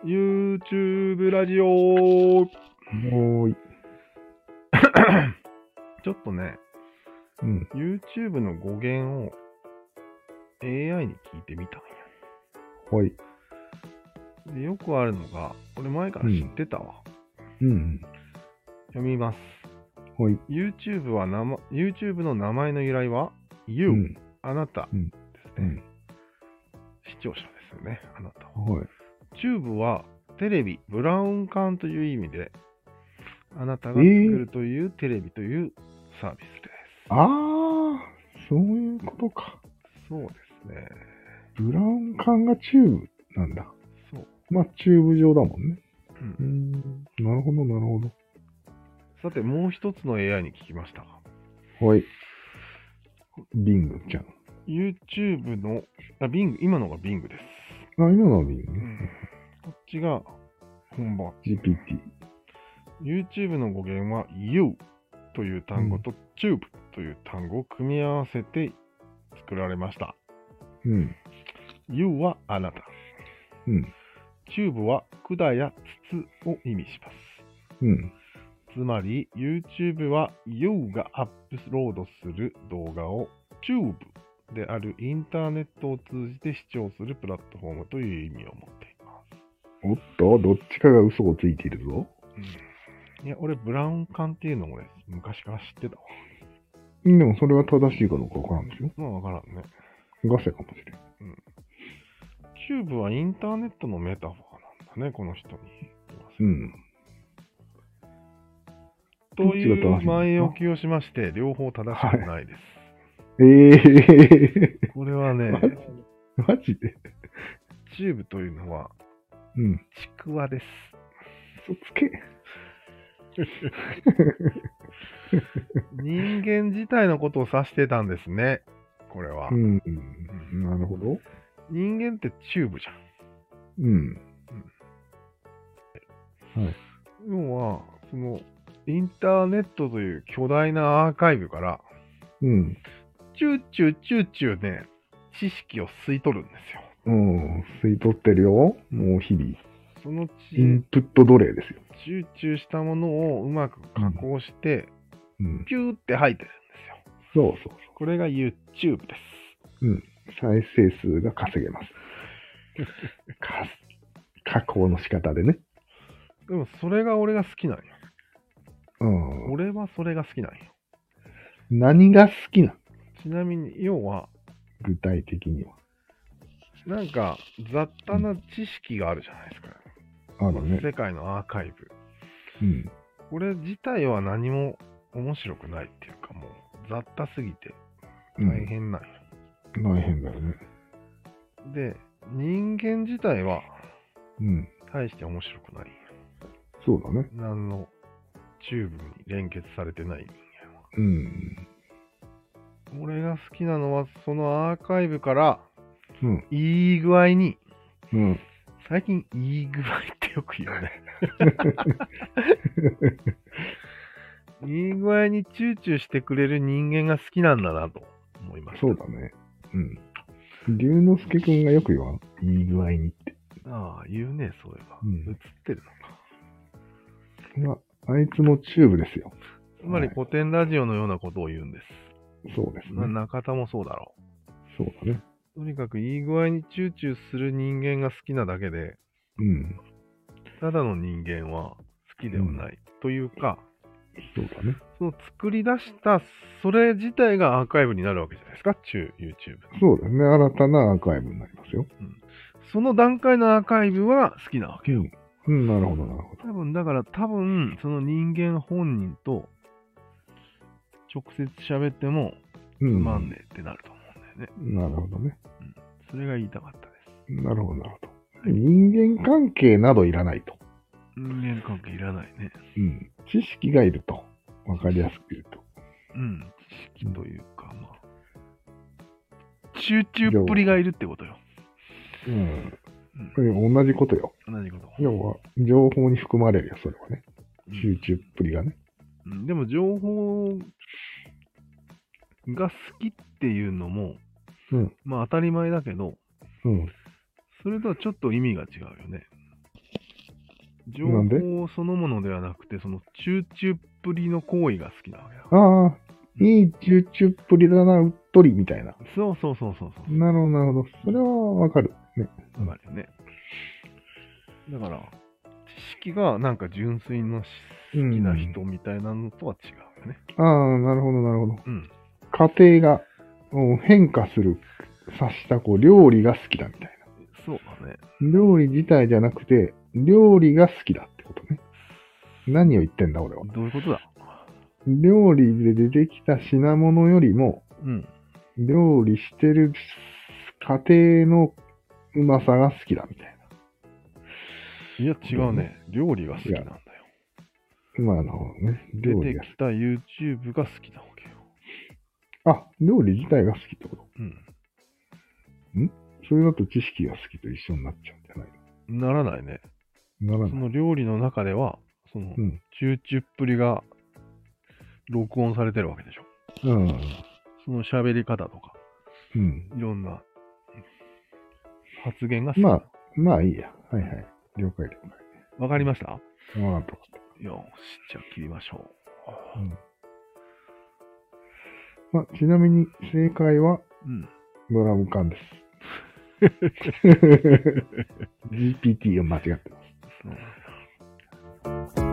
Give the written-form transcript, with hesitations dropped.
YouTube ラジオもうい。 ちょっとね、 うん。 YouTube の語源を AI に聞いてみたんはい。 や。で、よくあるのが、俺前から知ってたわ。 うん。 読みます。 はい。 YouTube の名前の由来は You、 うんあなたうんですね。視聴者ですよね、あなたは。 はい。 チューブはテレビ、ブラウン管という意味で、あなたが作るというテレビというサービスです。 ああ、そういうことか。 そうですね。 ブラウン管がチューブなんだ。 そう。 まあ、チューブ状だもんね。 うん。 なるほど、なるほさて、もう一つの AI に聞きました。 ど。はい。ビングちゃん。 YouTube の、Bing、今のが Bing です。 あ、今のはビングね。 こっちが本番。 GPT。 YouTube の語源は You という単語と Tube という単語を組み合わせて作られました。 うん。 You はあなた。 うん。 Tube は管や筒を意味します。 うん。 つまり YouTube は You がアップロードする動画を Tube であるインターネットを通じて視聴するプラットフォームという意味を持っています。 おっと、どっちかが嘘をついているぞ。 いや、俺、ブラウン管っていうのを俺、昔から知ってたわ。 でも、それは正しいかどうかわからんですよ。 まあ、わからんね。 ガセかもしれん。 キューブはインターネットのメタファーなんだね、この人に。 うん。 という前置きをしまして、両方正しくないです。これはね、 マジでチューブというのは、 うん。 ちくわです。 嘘つけ。 人間自体のことを指してたんですね、これは。 なるほど。 人間ってチューブじゃん。 はい。 要は、その、インターネットという巨大なアーカイブから、チューチューチューチューね、知識を吸い取るんですよ。 吸い取ってるよ。もう日々。 そのインプット奴隷ですよ。 集中したものをうまく加工して、ピューって吐いてるんですよ。そう。 これが YouTube です。 再生数が稼げます。加工の仕方でね。 でもそれが俺が好きなんよ。 うん。 俺はそれが好きなんよ。 何が好きなの？ ちなみに、要は、 具体的には。 なんか、雑多な知識があるじゃないですか。 あるね。 世界のアーカイブ。 うん。 これ自体は何も面白くないっていうか、もう雑多すぎて大変なんよ。 大変だよね。 で、人間自体は、大して面白くない。 そうだね。 何のチューブに連結されてない人間は。俺が好きなのは、そのアーカイブから、いい具合に、最近いい具合ってよく言うね。いい具合にチューチューしてくれる人間が好きなんだなと思いました。 そうだね。龍之介くんがよく言わん。いい具合にって。 ああ、言うね、そういえば。映ってるのか。あいつもチューブですよ。 つまり古典ラジオのようなことを言うんです。 そうですね。 中田もそうだろう。そうだね。 とにかくいい具合にチューチューする人間が好きなだけで、ただの人間は好きではない。というか、 そうだね。 その作り出した、それ自体がアーカイブになるわけじゃないですか、YouTube。 そうですね。新たなアーカイブになりますよ。 その段階のアーカイブは好きなわけよ。 なるほど、なるほど。 多分、その人間本人と直接喋っても、つまんねえってなると思うんだよね。 なるほどね。 それが言いたかったです。 なるほど、なるほど。人間関係などいらないと。 人間関係いらないね。 知識がいると。わかりやすく言うと。 知識というか、まあ、集中っぷりがいるってことよ。 これ同じことよ。 同じこと。 要は、情報に含まれるよ、それはね。集中っぷりがね。 でも、情報が好きっていうのも、まあ当たり前だけど、それとはちょっと意味が違うよね。 情なんで報そのものではなくて、そのチューチューっぷりの行為が好きなわけだ。 ああ、いいチューチューっぷりだな、うっとりみたいな。 そうそうそうそうそう。 なるほど、なるほど。それはわかる。ね。 わかるよね。だから、知識がなんか純粋の好きな人みたいなのとは違うよね。 ああ、なるほど、なるほど。 うん。 家庭が変化する、さした料理が好きだみたいそうだね。 な。料理自体じゃなくて、料理が好きだってことね。何を言ってんだ、俺は。 どういうことだ？ 料理で出てきた品物よりも、 うん。 料理してる家庭のうまさが好きだみたいいや、違うね。料理が好きなんだよ。 な。まあ、なるほどね。 出料理が好てきた YouTube が好きなわけよ。 き。あ、料理自体が好きってことうん。 それだと知識が好きと一緒になっちゃうんじゃないならないね。 のならない。 その料理の中では、その、 うん。 チューチューっぷりが録音されてるわけでしょ。 うん。 その喋り方とか、 うん。 いろんな発言が好き。 まあいいや。はいはい。了解了解。 わかりました？ わかったわかっよし、じゃあ切りましょた。ちなみに正解はう。うん。 ドラム缶です。GPT を間違ってます。 そう